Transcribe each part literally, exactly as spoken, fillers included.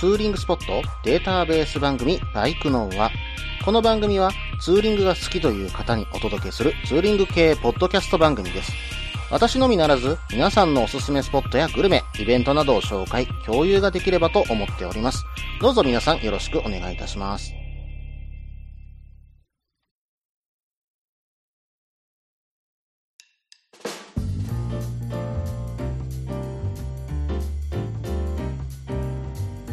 ツーリングスポットデータベース番組バイクノーは、この番組はツーリングが好きという方にお届けするツーリング系ポッドキャスト番組です。私のみならず皆さんのおすすめスポットやグルメ、イベントなどを紹介、共有ができればと思っております。どうぞ皆さんよろしくお願いいたします。はい、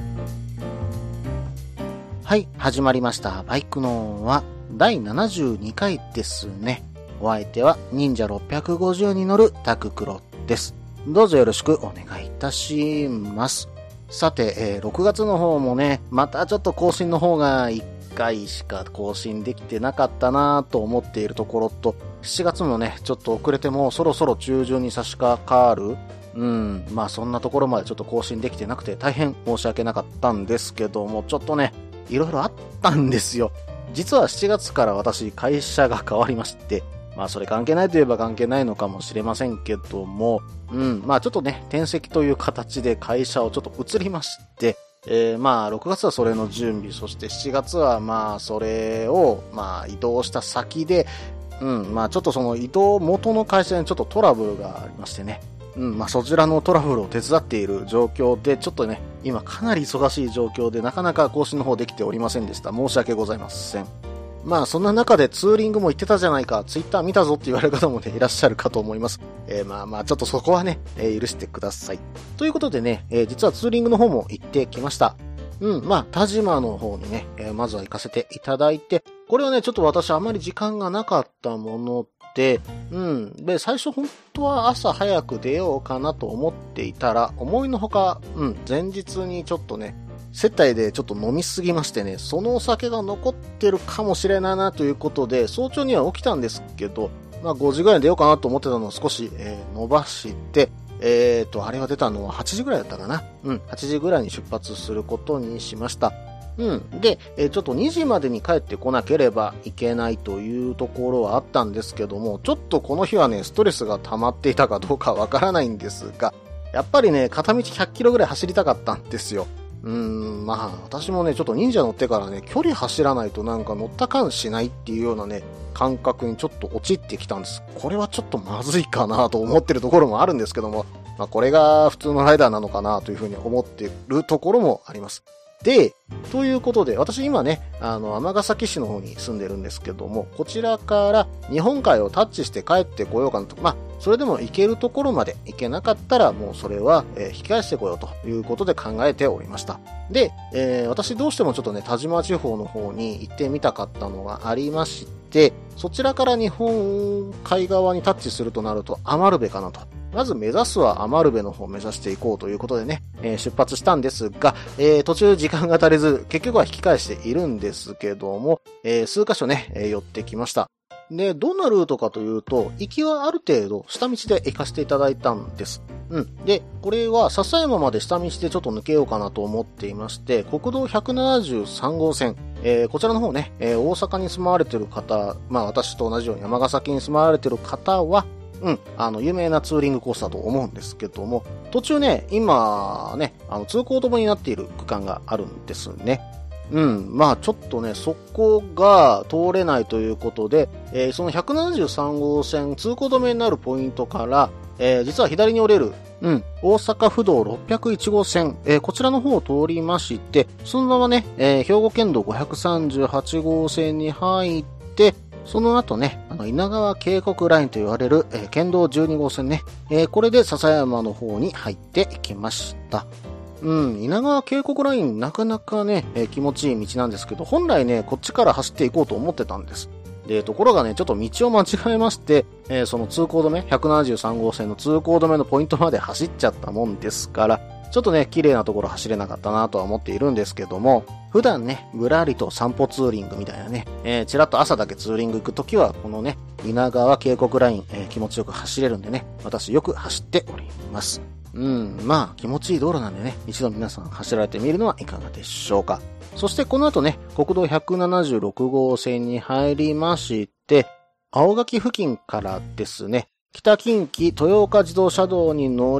始まりました。バイクノーはだいななじゅうにかいですね。お相手は忍者ろっぴゃくごじゅうに乗るタククロです。どうぞよろしくお願いいたします。さて、えー、ろくがつの方もね、またちょっと更新の方がいっかいしか更新できてなかったなと思っているところと、しちがつもね、ちょっと遅れてもそろそろ中旬に差し掛かる。うん、まあそんなところまでちょっと更新できてなくて大変申し訳なかったんですけども、ちょっとね、いろいろあったんですよ。実はしちがつから私会社が変わりまして、まあそれ関係ないといえば関係ないのかもしれませんけども、うん、まあちょっとね、転籍という形で会社をちょっと移りまして、えー、まあろくがつはそれの準備、そしてしちがつはまあそれをまあ移動した先で、うん、まあちょっとその移動元の会社にちょっとトラブルがありましてね、うん、まあそちらのトラブルを手伝っている状況で、ちょっとね、今かなり忙しい状況でなかなか更新の方できておりませんでした。申し訳ございません。まあそんな中でツーリングも行ってたじゃないか、ツイッター見たぞって言われる方もね、いらっしゃるかと思います。えー、まあまあちょっとそこはね、えー、許してください。ということでね、えー、実はツーリングの方も行ってきました。うん、まあ田島の方にね、えー、まずは行かせていただいて、これはね、ちょっと私あまり時間がなかったもので、うん。で、最初本当は朝早く出ようかなと思っていたら、思いのほか、うん、前日にちょっとね、接待でちょっと飲みすぎましてね、そのお酒が残ってるかもしれないなということで、早朝には起きたんですけど、まあごじぐらいに出ようかなと思ってたのを少し、えー、伸ばして、えーと、あれが出たのははちじぐらいだったかな。うん、はちじぐらいに出発することにしました。うん。で、えー、ちょっとにじまでに帰ってこなければいけないというところはあったんですけども、ちょっとこの日はね、ストレスが溜まっていたかどうかわからないんですが、やっぱりね、片道ひゃっキロぐらい走りたかったんですよ。うーん、まあ、私もね、ちょっと忍者乗ってからね、距離走らないとなんか乗った感しないっていうようなね、感覚にちょっと陥ってきたんです。これはちょっとまずいかなと思ってるところもあるんですけども、まあ、これが普通のライダーなのかなというふうに思っているところもあります。で、ということで、私今ね、あの、尼崎市の方に住んでるんですけども、こちらから日本海をタッチして帰ってこようかなと。まあ、それでも行けるところまで行けなかったら、もうそれは、えー、引き返してこようということで考えておりました。で、えー、私どうしてもちょっとね、田島地方の方に行ってみたかったのがありまして、そちらから日本海側にタッチするとなると、余部かなと。まず目指すは余部の方を目指していこうということでね、えー、出発したんですが、えー、途中時間が足りず、結局は引き返しているんですけども、えー、数箇所ね、えー、寄ってきました。で、どんなルートかというと、行きはある程度下道で行かせていただいたんです。うん。で、これは笹山まで下道でちょっと抜けようかなと思っていまして、国道ひゃくななじゅうさんごうせん、えー、こちらの方ね、えー、大阪に住まわれている方、まあ私と同じように尼崎に住まわれている方は、うん、あの、有名なツーリングコースだと思うんですけども、途中ね、今ね、あの、通行止めになっている区間があるんですね。うん、まあちょっとね、そこが通れないということで、えー、そのひゃくななじゅうさんごうせん通行止めになるポイントから、えー、実は左に折れる、うん、大阪府道ろっぴゃくいちごうせん、えー、こちらの方を通りまして、そのままね、えー、兵庫県道ごひゃくさんじゅうはちごうせんに入って、その後ね、あの、稲川渓谷ラインと言われる、えー、県道じゅうにごうせんね、えー、これで笹山の方に入っていきました。うん、稲川渓谷ラインなかなかね、えー、気持ちいい道なんですけど、本来ね、こっちから走っていこうと思ってたんです。で、ところがね、ちょっと道を間違えまして、えー、その通行止め、ひゃくななじゅうさんごうせんの通行止めのポイントまで走っちゃったもんですから、ちょっとね、綺麗なところ走れなかったなとは思っているんですけども、普段ね、ぶらりと散歩ツーリングみたいなね、えー、ちらっと朝だけツーリング行くときは、このね、稲川渓谷ライン、えー、気持ちよく走れるんでね、私よく走っております。うん、まあ、気持ちいい道路なんでね、一度皆さん走られてみるのはいかがでしょうか。そしてこの後ね、国道ひゃくななじゅうろくごうせんに入りまして、青垣付近からですね、北近畿豊岡自動車道に乗り、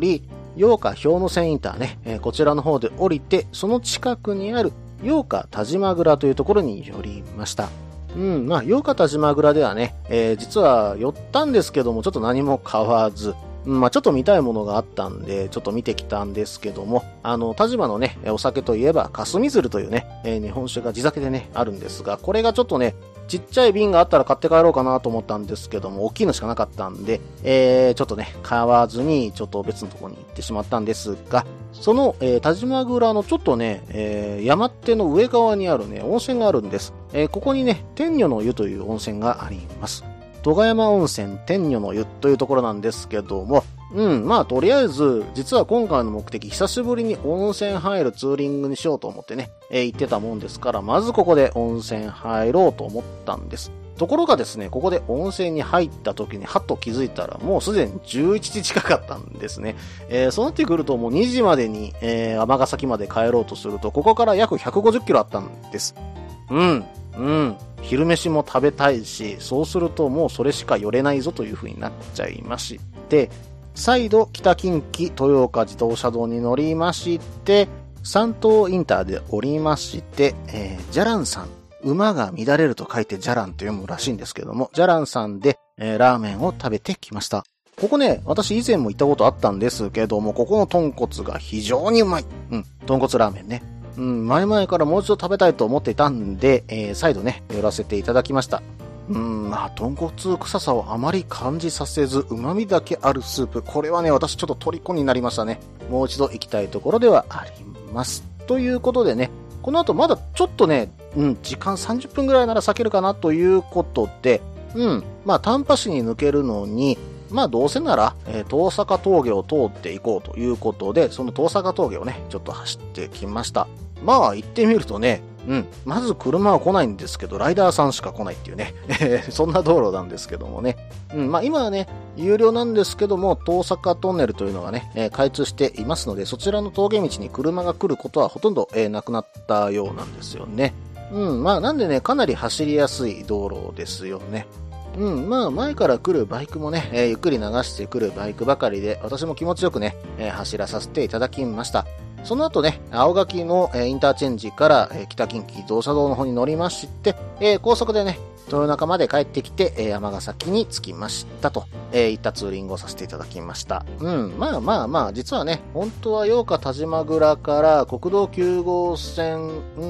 八日氷ノ山インターね、えー、こちらの方で降りて、その近くにある八日田島蔵というところに寄りました。うん、まあ、八日田島蔵ではね、えー、実は寄ったんですけども、ちょっと何も買わず、うん、まあ、ちょっと見たいものがあったんで、ちょっと見てきたんですけども、あの、田島のね、お酒といえば、霞鶴というね、えー、日本酒が地酒でね、あるんですが、これがちょっとね、ちっちゃい瓶があったら買って帰ろうかなと思ったんですけども、大きいのしかなかったんで、えー、ちょっとね、買わずに、ちょっと別のところに行ってしまったんですが、その、えー、田島蔵のちょっとね、えー、山手の上側にあるね、温泉があるんです。えー、ここにね、天女の湯という温泉があります。戸ヶ山温泉天女の湯というところなんですけども、うん、まあとりあえず、実は今回の目的、久しぶりに温泉入るツーリングにしようと思ってね、えー、行ってたもんですから、まずここで温泉入ろうと思ったんです。ところがですね、ここで温泉に入った時にはっと気づいたら、もうすでにじゅういちじ近かったんですね。えー、そうなってくるともうにじまでに、えー、尼崎まで帰ろうとすると、ここから約ひゃくごじゅっキロあったんです。うん、うん。昼飯も食べたいし、そうするともうそれしか寄れないぞという風になっちゃいまして、再度北近畿豊岡自動車道に乗りまして、三東インターで降りまして、えー、ジャランさん。馬が乱れると書いてジャランと読むらしいんですけども、ジャランさんで、えー、ラーメンを食べてきました。ここね、私以前も行ったことあったんですけども、ここの豚骨が非常にうまい。うん、豚骨ラーメンね。うん、前々からもう一度食べたいと思っていたんで、えー、再度ね、寄らせていただきました。うん、まあ、豚骨臭さをあまり感じさせず、旨味だけあるスープ。これはね、私ちょっと虜になりましたね。もう一度行きたいところではあります。ということでね、この後まだちょっとね、うん、時間さんじゅっぷんぐらいなら避けるかなということで、うん、まあ、丹波市に抜けるのに、まあ、どうせなら、えー、東坂峠を通っていこうということで、その東坂峠をね、ちょっと走ってきました。まあ、行ってみるとね、うん。まず車は来ないんですけど、ライダーさんしか来ないっていうね。そんな道路なんですけどもね。うん。まあ今はね、有料なんですけども、東坂トンネルというのがね、えー、開通していますので、そちらの峠道に車が来ることはほとんど、えー、なくなったようなんですよね。うん。まあなんでね、かなり走りやすい道路ですよね。うん。まあ前から来るバイクもね、えー、ゆっくり流してくるバイクばかりで、私も気持ちよくね、えー、走らさせていただきました。その後ね、青垣の、えー、インターチェンジから、えー、北近畿自動車道の方に乗りまして、えー、高速でね、豊中まで帰ってきて、えー、尼崎に着きましたと、えー、いったツーリングをさせていただきました。うん、まあまあまあ、実はね、本当は八日田島蔵から国道きゅう号線、うん、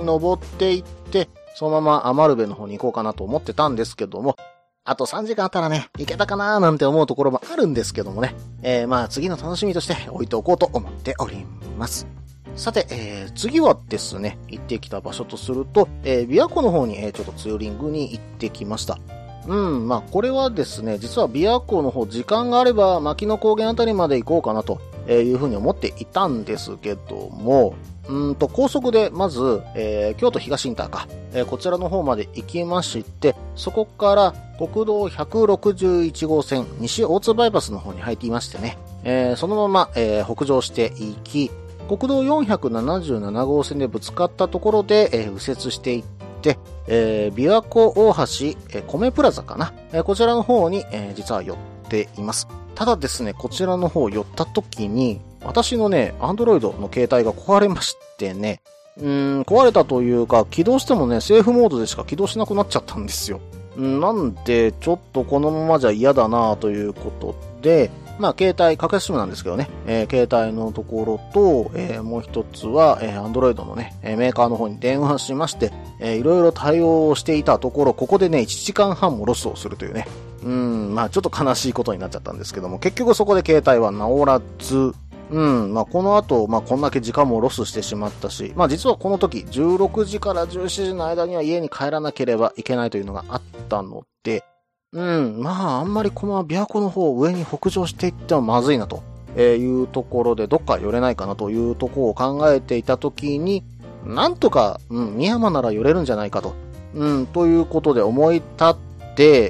登っていって、そのまま余部の方に行こうかなと思ってたんですけども、あとさんじかんあったらね、行けたかなーなんて思うところもあるんですけどもね。えー、まあ次の楽しみとして置いておこうと思っております。さて、えー、次はですね、行ってきた場所とすると、えー、琵琶湖の方に、えー、ちょっとツーリングに行ってきました。うん、まあこれはですね、実は琵琶湖の方、時間があれば牧野高原あたりまで行こうかなというふうに思っていたんですけども、うんと高速でまず、えー、京都東インターか、えー、こちらの方まで行きまして、そこから国道ひゃくろくじゅういち号線西大津バイパスの方に入っていましてね、えー、そのまま、えー、北上していき、国道よんひゃくななじゅうなな号線でぶつかったところで、えー、右折していって、えー、琵琶湖大橋、えー、米プラザかな、えー、こちらの方に、えー、実は寄っています。ただですね、こちらの方寄った時に、私のね、アンドロイドの携帯が壊れましてね、うーん、壊れたというか、起動してもね、セーフモードでしか起動しなくなっちゃったんですよ。なんで、ちょっとこのままじゃ嫌だなということで、まあ、携帯、格安シムなんですけどね、えー、携帯のところと、えー、もう一つは、えー、Android のね、メーカーの方に電話しまして、えー、いろいろ対応をしていたところ、ここでね、いちじかんはんもロスをするというね、うーん、まあ、ちょっと悲しいことになっちゃったんですけども、結局そこで携帯は治らず、うん、まあ、この後、まあ、こんだけ時間もロスしてしまったし、まあ、実はこの時、じゅうろくじからじゅうしちじの間には家に帰らなければいけないというのがあったので、うん、まあ、あんまりこの琵琶湖の方を上に北上していってもまずいなというところで、どっか寄れないかなというところを考えていた時に、なんとか、うん、深山なら寄れるんじゃないかと、うん、ということで思い立って、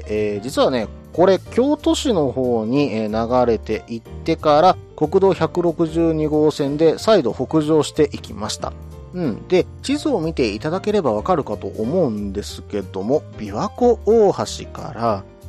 えー、実はね、これ、京都市の方に流れていってから、国道ひゃくろくじゅうに号線で再度北上していきました。うん。で、地図を見ていただければわかるかと思うんですけども、琵琶湖大橋から、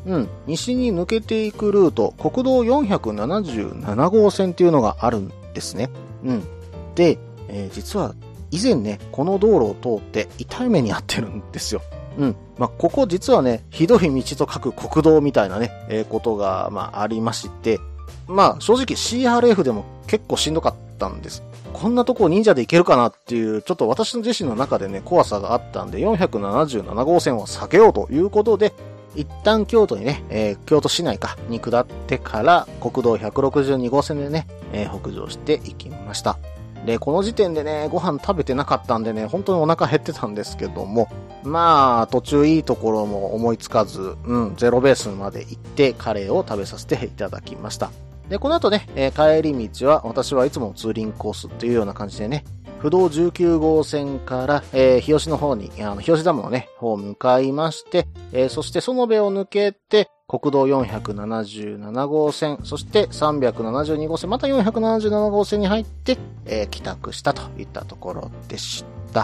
うん、西に抜けていくルート、国道よんひゃくななじゅうななごうせんっていうのがあるんですね。うん。で、えー、実は以前ね、この道路を通って痛い目に遭ってるんですよ。うん。まあ、ここ実はね、ひどい道と書く国道みたいなね、えー、ことが、まあ、ありまして、まあ、正直 シーアールエフ でも結構しんどかったんです。こんなとこ忍者で行けるかなっていう、ちょっと私の自身の中でね、怖さがあったんで、よんひゃくななじゅうななごうせんを避けようということで、一旦京都にね、えー、京都市内か、に下ってから、国道ひゃくろくじゅうにごうせんでね、えー、北上していきました。で、この時点でね、ご飯食べてなかったんでね、本当にお腹減ってたんですけども、まあ、途中いいところも思いつかず、うん、ゼロベースまで行って、カレーを食べさせていただきました。で、この後ね、えー、帰り道は、私はいつもツーリングコースっていうような感じでね、不動じゅうきゅうごうせんから、えー、日吉の方に、あの、日吉ダムのね、方向かいまして、えー、そして園部を抜けて、国道よんひゃくななじゅうななごうせん、そしてさんびゃくななじゅうにごうせん、またよんひゃくななじゅうななごうせんに入って、えー、帰宅したといったところでした。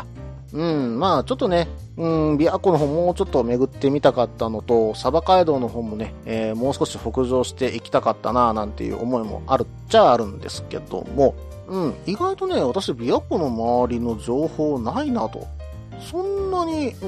うん、まあちょっとね、うん、琵琶湖の方もうちょっと巡ってみたかったのと、鯖街道の方もね、えー、もう少し北上していきたかったななんていう思いもあるっちゃあるんですけども、うん、意外とね、私琵琶湖の周りの情報ないなと。そんなに、うん、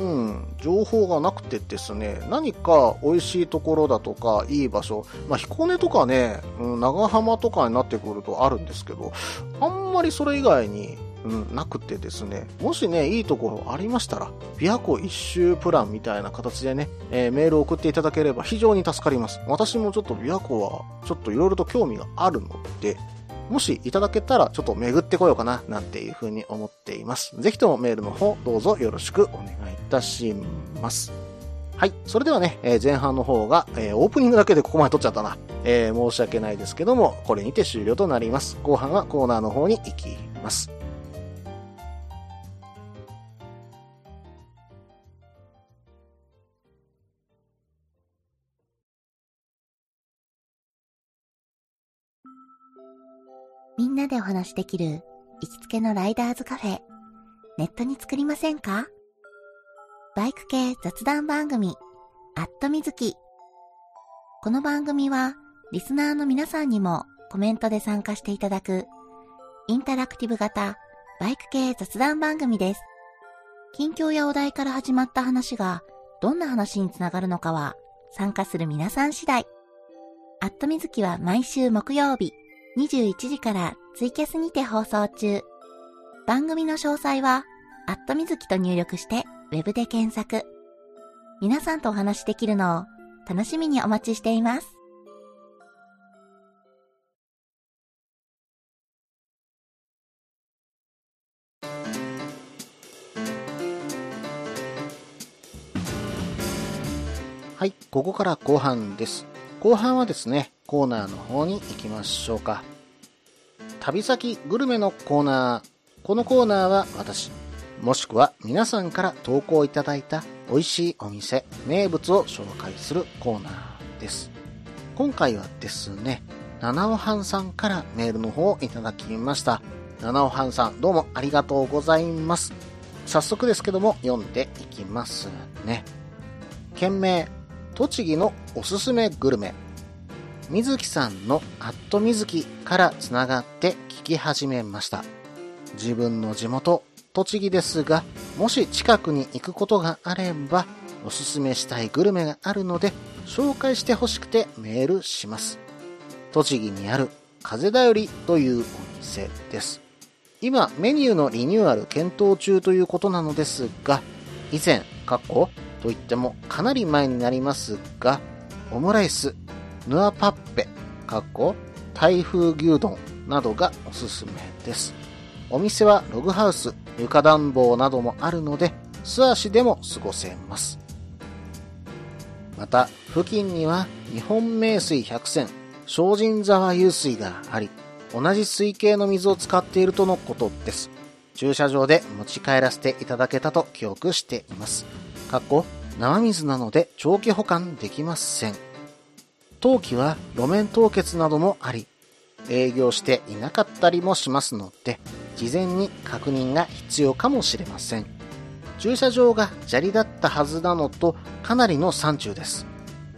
情報がなくてですね、何か美味しいところだとか、いい場所、まあ、彦根とかね、うん、長浜とかになってくるとあるんですけど、あんまりそれ以外に、うん、なくてですね、もしね、いいところありましたら、琵琶湖一周プランみたいな形でね、えー、メールを送っていただければ非常に助かります。私もちょっと琵琶湖は、ちょっといろいろと興味があるので、もしいただけたらちょっと巡ってこようかななんていう風に思っています。ぜひともメールの方どうぞよろしくお願いいたします。はい。それではね、えー、前半の方が、えー、オープニングだけでここまで撮っちゃったな。えー、申し訳ないですけども、これにて終了となります。後半はコーナーの方に行きます。 みんなでお話できる行きつけのライダーズカフェ、ネットに作りませんか？バイク系雑談番組、アットみずき。この番組はリスナーの皆さんにもコメントで参加していただくインタラクティブ型バイク系雑談番組です。近況やお題から始まった話がどんな話につながるのかは参加する皆さん次第。アットみずきは毎週木曜日にじゅういちじからツイキャスにて放送中。番組の詳細は、アットみずきと入力して、ウェブで検索。皆さんとお話しできるのを楽しみにお待ちしています。 はい、ここから後半です。後半はですね、コーナーの方に行きましょうか。旅先グルメのコーナー。このコーナーは私、もしくは皆さんから投稿いただいた美味しいお店、名物を紹介するコーナーです。今回はですね、七尾半さんからメールの方をいただきました。七尾半さん、どうもありがとうございます。早速ですけども、読んでいきますね。件名、栃木のおすすめグルメ。水木さんのアット水木からつながって聞き始めました。自分の地元、栃木ですが、もし近くに行くことがあれば、おすすめしたいグルメがあるので、紹介してほしくてメールします。栃木にある風だよりというお店です。今、メニューのリニューアル検討中ということなのですが、以前、過去といってもかなり前になりますが、オムライス、ヌアパッペ、過去、台風牛丼などがおすすめです。お店はログハウス、床暖房などもあるので、素足でも過ごせます。また、付近には日本名水百選、精進沢湧水があり、同じ水系の水を使っているとのことです。駐車場で持ち帰らせていただけたと記憶しています。過去、生水なので長期保管できません。冬季は路面凍結などもあり、営業していなかったりもしますので、事前に確認が必要かもしれません。駐車場が砂利だったはずなのとかなりの山中です。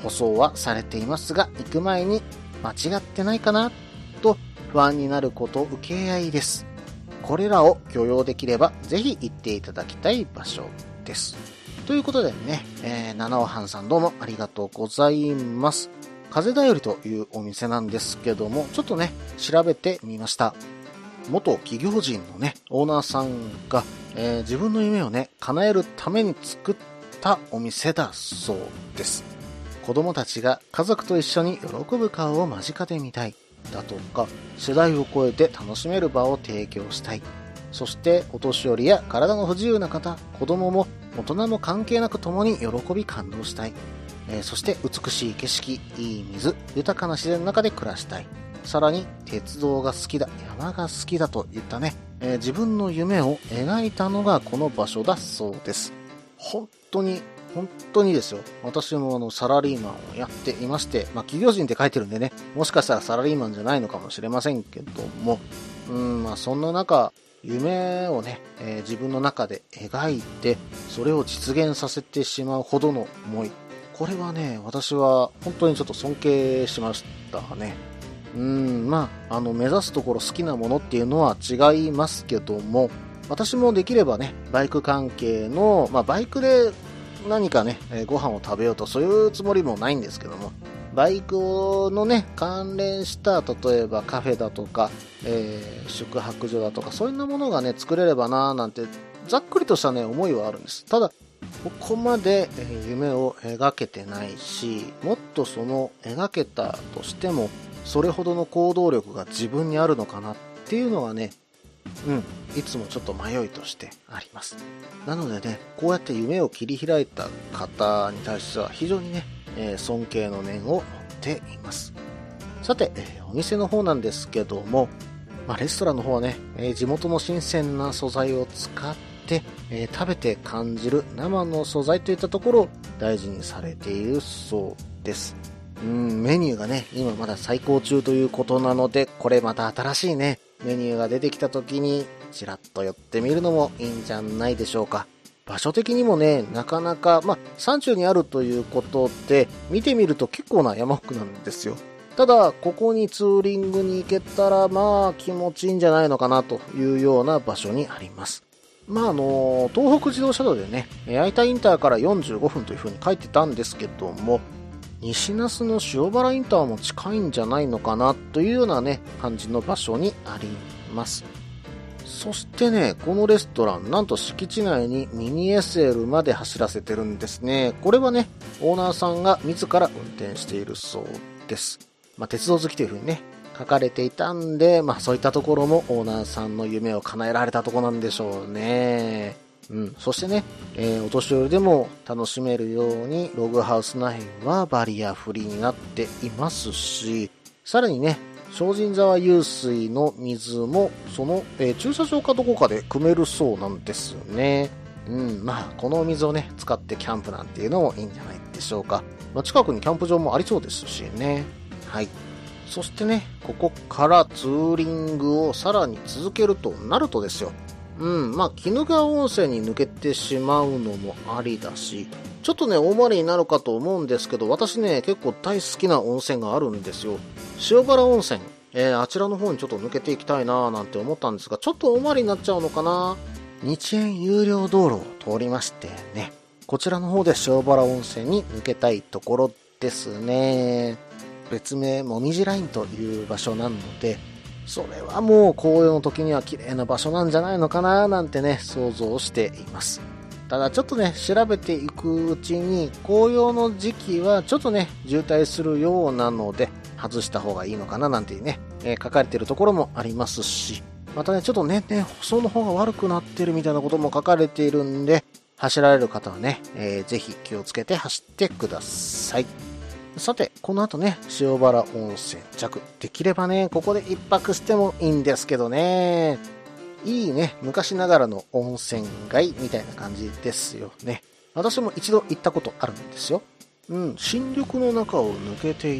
舗装はされていますが、行く前に間違ってないかなと不安になること受け合いです。これらを許容できればぜひ行っていただきたい場所です。ということでね、えー、七尾藩さんどうもありがとうございます。風だよりというお店なんですけども、ちょっとね調べてみました。元企業人のねオーナーさんが、えー、自分の夢をね叶えるために作ったお店だそうです。子供たちが家族と一緒に喜ぶ顔を間近で見たいだとか、世代を超えて楽しめる場を提供したい、そしてお年寄りや体の不自由な方、子供も大人も関係なく共に喜び感動したい、えー、そして美しい景色、いい水、豊かな自然の中で暮らしたい、さらに鉄道が好きだ、山が好きだといったね、えー、自分の夢を描いたのがこの場所だそうです。本当に本当にですよ。私もあのサラリーマンをやっていまして、まあ企業人って書いてるんでね、もしかしたらサラリーマンじゃないのかもしれませんけども、うーん、まあそんな中、夢をね、えー、自分の中で描いて、それを実現させてしまうほどの思い。これはね、私は本当にちょっと尊敬しましたね。うーん、まあ、あの目指すところ好きなものっていうのは違いますけども、私もできればね、バイク関係の、まあバイクで何かね、えー、ご飯を食べようとそういうつもりもないんですけども、バイクのね関連した例えばカフェだとか、えー、宿泊所だとかそういうものがね作れればなーなんてざっくりとしたね思いはあるんです。ただここまで、えー、夢を描けてないし、もっとその描けたとしてもそれほどの行動力が自分にあるのかなっていうのはね、うん、いつもちょっと迷いとしてあります。なのでね、こうやって夢を切り開いた方に対しては非常にね、えー、尊敬の念を持っています。さて、えー、お店の方なんですけども、まあ、レストランの方はね、えー、地元の新鮮な素材を使って、えー、食べて感じる生の素材といったところを大事にされているそうです。うん、メニューがね、今まだ最高中ということなので、これまた新しいね、メニューが出てきた時にちらっと寄ってみるのもいいんじゃないでしょうか。場所的にもね、なかなか、まあ、山中にあるということで、見てみると結構な山奥なんですよ。ただ、ここにツーリングに行けたら、まあ、気持ちいいんじゃないのかなというような場所にあります。まあ、あの、東北自動車道でね、愛田インターからよんじゅうごふんというふうに書いてたんですけども、西那須の塩原インターも近いんじゃないのかなというようなね、感じの場所にあります。そしてね、このレストラン、なんと敷地内にミニ エスエル まで走らせてるんですね。これはね、オーナーさんが自ら運転しているそうです。まあ、鉄道好きというふうにね、書かれていたんで、まあ、そういったところもオーナーさんの夢を叶えられたところなんでしょうね。うん、そしてね、えー、お年寄りでも楽しめるようにログハウス内はバリアフリーになっていますし、さらにね、精進沢湧水の水もその、えー、駐車場かどこかで汲めるそうなんですね。うん、まあこのお水をね使ってキャンプなんていうのもいいんじゃないでしょうか。まあ、近くにキャンプ場もありそうですしね。はい。そしてね、ここからツーリングをさらに続けるとなるとですよ。うん、まあ、鬼怒川温泉に抜けてしまうのもありだし、ちょっとね、大回りになるかと思うんですけど、私ね、結構大好きな温泉があるんですよ。塩原温泉。えー、あちらの方にちょっと抜けていきたいなーなんて思ったんですが、ちょっと大回りになっちゃうのかな。日円有料道路を通りましてね、こちらの方で塩原温泉に抜けたいところですね。別名、もみじラインという場所なので、それはもう紅葉の時には綺麗な場所なんじゃないのかななんてね、想像しています。ただちょっとね、調べていくうちに紅葉の時期はちょっとね、渋滞するようなので外した方がいいのかななんていうね、えー、書かれているところもありますし、またね、ちょっと年々舗装の方が悪くなってるみたいなことも書かれているんで、走られる方はね、えー、ぜひ気をつけて走ってください。さて、この後ね、塩原温泉着。できればね、ここで一泊してもいいんですけどね。いいね、昔ながらの温泉街みたいな感じですよね。私も一度行ったことあるんですよ。うん、新緑の中を抜けていって、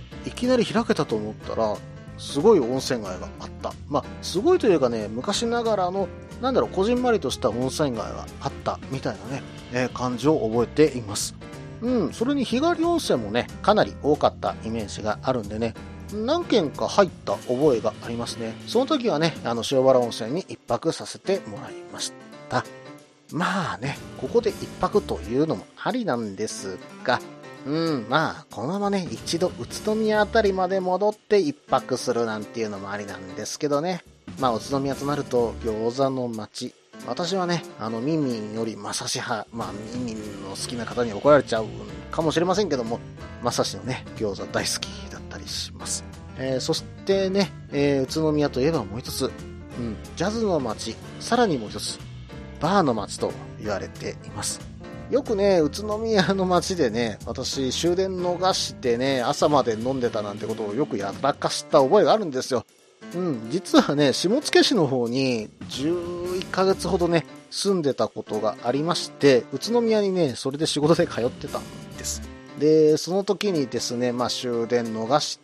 いきなり開けたと思ったら、すごい温泉街があった。まあ、すごいというかね、昔ながらの、なんだろう、こじんまりとした温泉街があったみたいなね、えー、感じを覚えています。 うん、それに日帰り温泉もね、かなり多かったイメージがあるんでね、何軒か入った覚えがありますね。その時はね、あの塩原温泉に一泊させてもらいました。まあね、ここで一泊というのもありなんですが、うん、まあ、このままね、一度宇都宮あたりまで戻って一泊するなんていうのもありなんですけどね。まあ、宇都宮となると餃子の街。私はね、あの、ミンミンよりマサシ派、まあ、ミンミンの好きな方に怒られちゃうかもしれませんけども、マサシのね、餃子大好きだったりします。えー、そしてね、えー、宇都宮といえばもう一つ、うん、ジャズの街、さらにもう一つ、バーの街と言われています。よくね、宇都宮の街でね、私終電逃してね、朝まで飲んでたなんてことをよくやらかした覚えがあるんですよ。うん、実はね、下野市の方にじゅういっかげつほどね、住んでたことがありまして、宇都宮にね、それで仕事で通ってたんです。で、その時にですね、まあ終電逃して、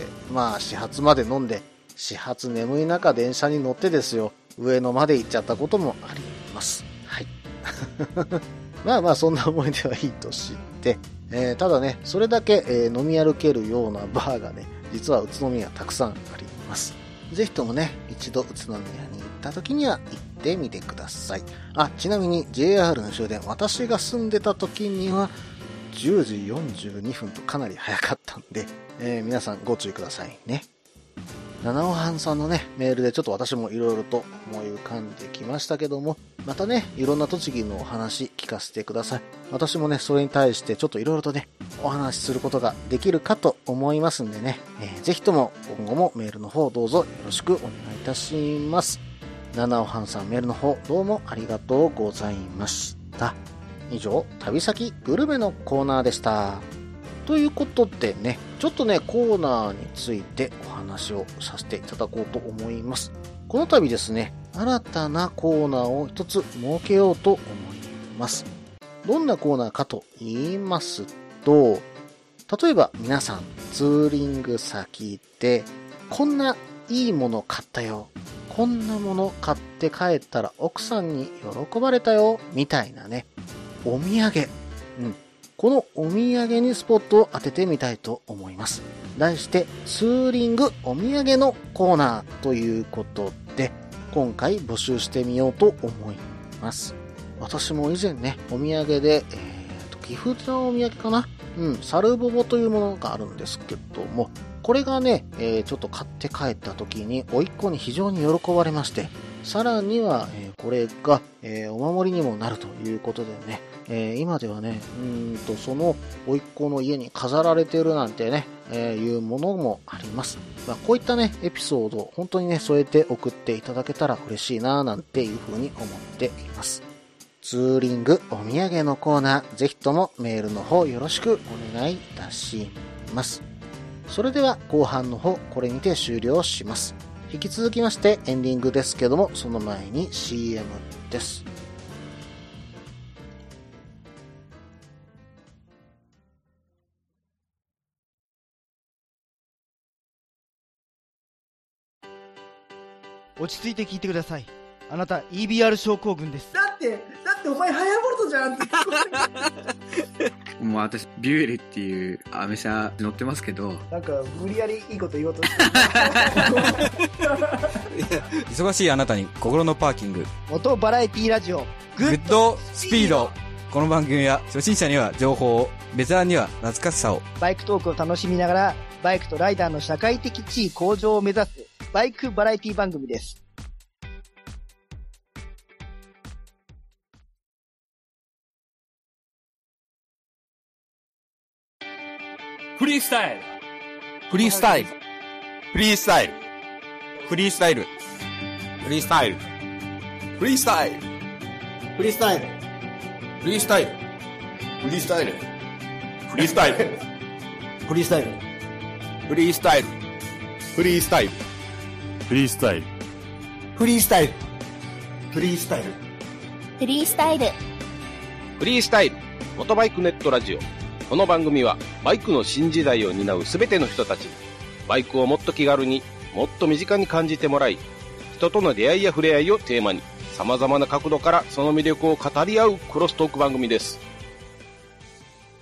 まあ始発まで飲んで、始発眠い中電車に乗ってですよ、上野まで行っちゃったこともあります。はい。まあまあそんな思い出はいいとして、えー、ただね、それだけ、えー、飲み歩けるようなバーがね、実は宇都宮たくさんあります。ぜひともね、一度宇都宮に行った時には行ってみてください。あ、ちなみに ジェイアール の終電、私が住んでた時にはじゅうじよんじゅうにふんとかなり早かったんで、えー、皆さんご注意くださいね。七尾藩さんのね、メールでちょっと私もいろいろと思い浮かんできましたけども、またね、いろんな栃木のお話聞かせてください。私もね、それに対してちょっといろいろとね、お話しすることができるかと思いますんでね、えー、ぜひとも今後もメールの方どうぞよろしくお願いいたします。七尾藩さんメールの方どうもありがとうございました。以上、旅先グルメのコーナーでした。ということでね、ちょっとね、コーナーについてお話をさせていただこうと思います。この度ですね、新たなコーナーを一つ設けようと思います。どんなコーナーかと言いますと、例えば皆さんツーリング先でこんないいもの買ったよ、こんなもの買って帰ったら奥さんに喜ばれたよみたいなね、お土産、うん、このお土産にスポットを当ててみたいと思います。題してツーリングお土産のコーナーということで、今回募集してみようと思います。私も以前ね、お土産で、えーと、岐阜のお土産かな、うん、サルボボというものがあるんですけども、これがね、えー、ちょっと買って帰った時に甥っ子に非常に喜ばれまして、さらには、えー、これが、えー、お守りにもなるということでね、えー、今ではね、うーんとその甥っ子の家に飾られているなんてね、えー、いうものもあります。まあ、こういったねエピソードを本当にね添えて送っていただけたら嬉しいななんていうふうに思っています。ツーリングお土産のコーナー、ぜひともメールの方よろしくお願いいたします。それでは後半の方これにて終了します。引き続きましてエンディングですけども、その前に シーエム です。 落ち着いて聞いてください。あなた イービーアール 症候群です。 だってだってお前ハヤボルトじゃんってもう私ビュエルっていうアメ車乗ってますけど、 なんか無理やりいいこと言おうとして忙しいあなたに心のパーキング、 元バラエティラジオグッドスピード。この番組は初心者には情報を、ベテランには懐かしさを、 バイクトークを楽しみながらバイクとライダーの社会的地位向上を目指すバイクバラエティ番組です。 フリースタイルフリースタイルフリースタイルフリースタイルフリースタイルフリースタイルフリースタイルフリースタイルフリースタイルフリースタイルフリースタイルフリースタイルフリースタイルフリースタイルフリースタイルフリースタイルフリースタイルフリースタイルモトバイクネットラジオ。この番組はバイクの新時代を担うすべての人たちにバイクをもっと気軽にもっと身近に感じてもらい、人との出会いや触れ合いをテーマに様々な角度からその魅力を語り合うクロストーク番組です。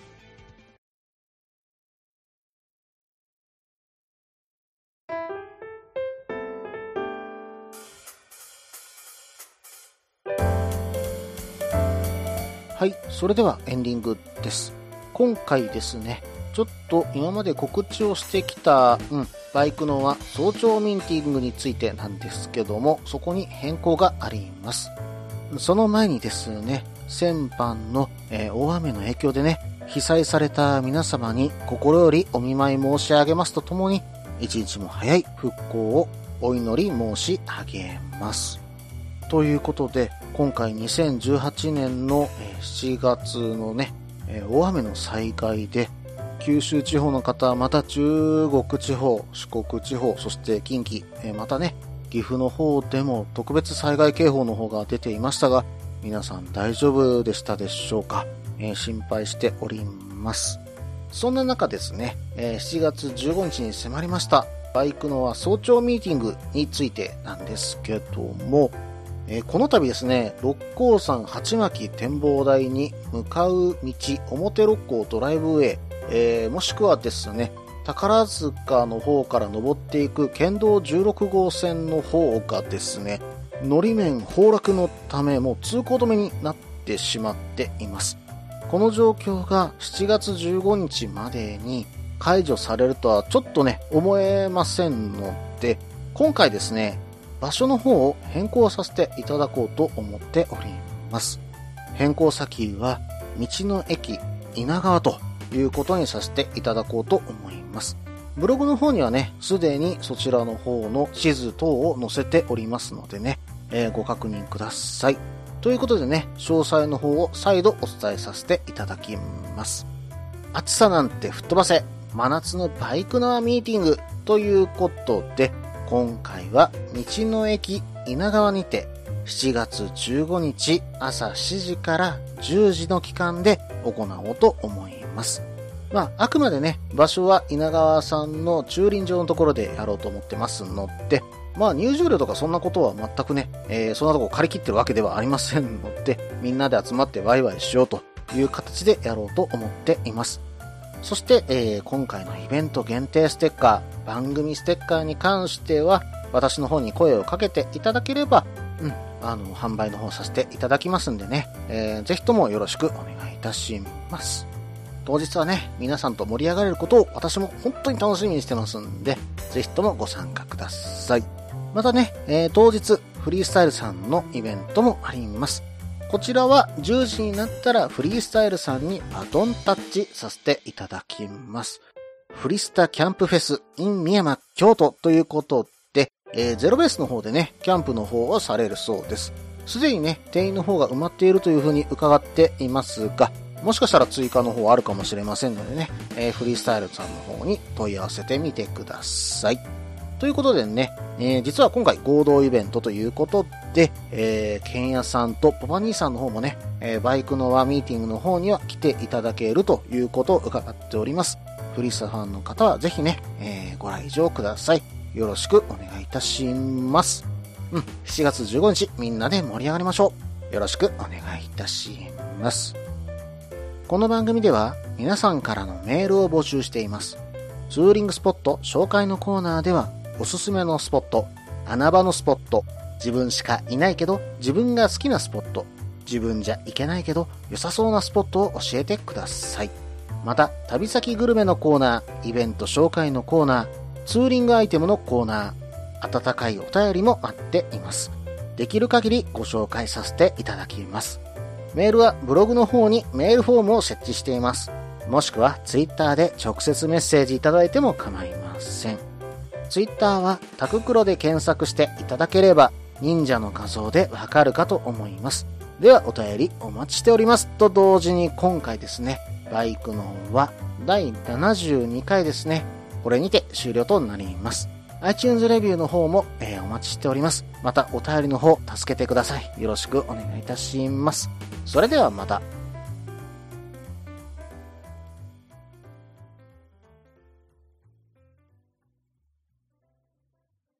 はい、それではエンディングです。今回ですね、ちょっと今まで告知をしてきた、うん、バイクのは早朝ミーティングについてなんですけども、そこに変更があります。その前にですね、先般の、えー、大雨の影響でね、被災された皆様に心よりお見舞い申し上げますとともに、一日も早い復興をお祈り申し上げます。ということで、今回にせんじゅうはちねんのしちがつのね、大雨の災害で、九州地方の方、また中国地方、四国地方、そして近畿、またね、岐阜の方でも特別災害警報の方が出ていましたが、皆さん大丈夫でしたでしょうか？えー、心配しております。そんな中ですね、えー、しちがつじゅうごにちに迫りましたバイクのは早朝ミーティングについてなんですけども、えー、この度ですね、六甲山鉢巻展望台に向かう道、表六甲ドライブウェイ、えー、もしくはですね、宝塚の方から登っていく県道じゅうろくごうせんの方がですね、のり面崩落のためもう通行止めになってしまっています。この状況がしちがつじゅうごにちまでに解除されるとはちょっとね、思えませんので、今回ですね、場所の方を変更させていただこうと思っております。変更先は道の駅稲川ということにさせていただこうと思います。ブログの方にはね、すでにそちらの方の地図等を載せておりますのでね、えー、ご確認ください。ということでね、詳細の方を再度お伝えさせていただきます。暑さなんて吹っ飛ばせ、真夏のバイクのアミーティングということで、今回は道の駅稲川にてしちがつじゅうごにち朝しちじからじゅうじの期間で行おうと思います。まあ、あくまでね、場所は稲川さんの駐輪場のところでやろうと思ってますので、まあ入場料とかそんなことは全くね、えー、そんなとこ借り切ってるわけではありませんので、みんなで集まってワイワイしようという形でやろうと思っています。そして、えー、今回のイベント限定ステッカー、番組ステッカーに関しては、私の方に声をかけていただければ、うん、あの、販売の方させていただきますんでね、えー、ぜひともよろしくお願いいたします。当日はね、皆さんと盛り上がれることを私も本当に楽しみにしてますんで、ぜひともご参加ください。またね、えー、当日、フリースタイルさんのイベントもあります。こちらはじゅうじになったらフリースタイルさんにバトンタッチさせていただきます。フリスタキャンプフェス in 三山京都ということで、えー、ゼロベースの方でね、キャンプの方をされるそうです。すでにね、定員の方が埋まっているというふうに伺っていますが、もしかしたら追加の方あるかもしれませんのでね、えー、フリースタイルさんの方に問い合わせてみてください。ということでね、えー、実は今回合同イベントということで、えー、ケンヤさんとパパ兄さんの方もね、えー、バイクの輪ミーティングの方には来ていただけるということを伺っております。フリースタファンの方はぜひね、えー、ご来場ください。よろしくお願いいたします。うん、しちがつじゅうごにちみんなで盛り上がりましょう。よろしくお願いいたします。この番組では皆さんからのメールを募集しています。ツーリングスポット紹介のコーナーでは、おすすめのスポット、穴場のスポット、自分しかいないけど自分が好きなスポット、自分じゃ行けないけど良さそうなスポットを教えてください。また、旅先グルメのコーナー、イベント紹介のコーナー、ツーリングアイテムのコーナー、温かいお便りも待っています。できる限りご紹介させていただきます。メールはブログの方にメールフォームを設置しています。もしくはツイッターで直接メッセージいただいても構いません。ツイッターはタククロで検索していただければ忍者の画像でわかるかと思います。ではお便りお待ちしておりますと同時に、今回ですね、バイクのはだいななじゅうにかいですね。これにて終了となります。iTunes レビューの方も、えー、お待ちしております。またお便りの方助けてください。よろしくお願いいたします。それではまた。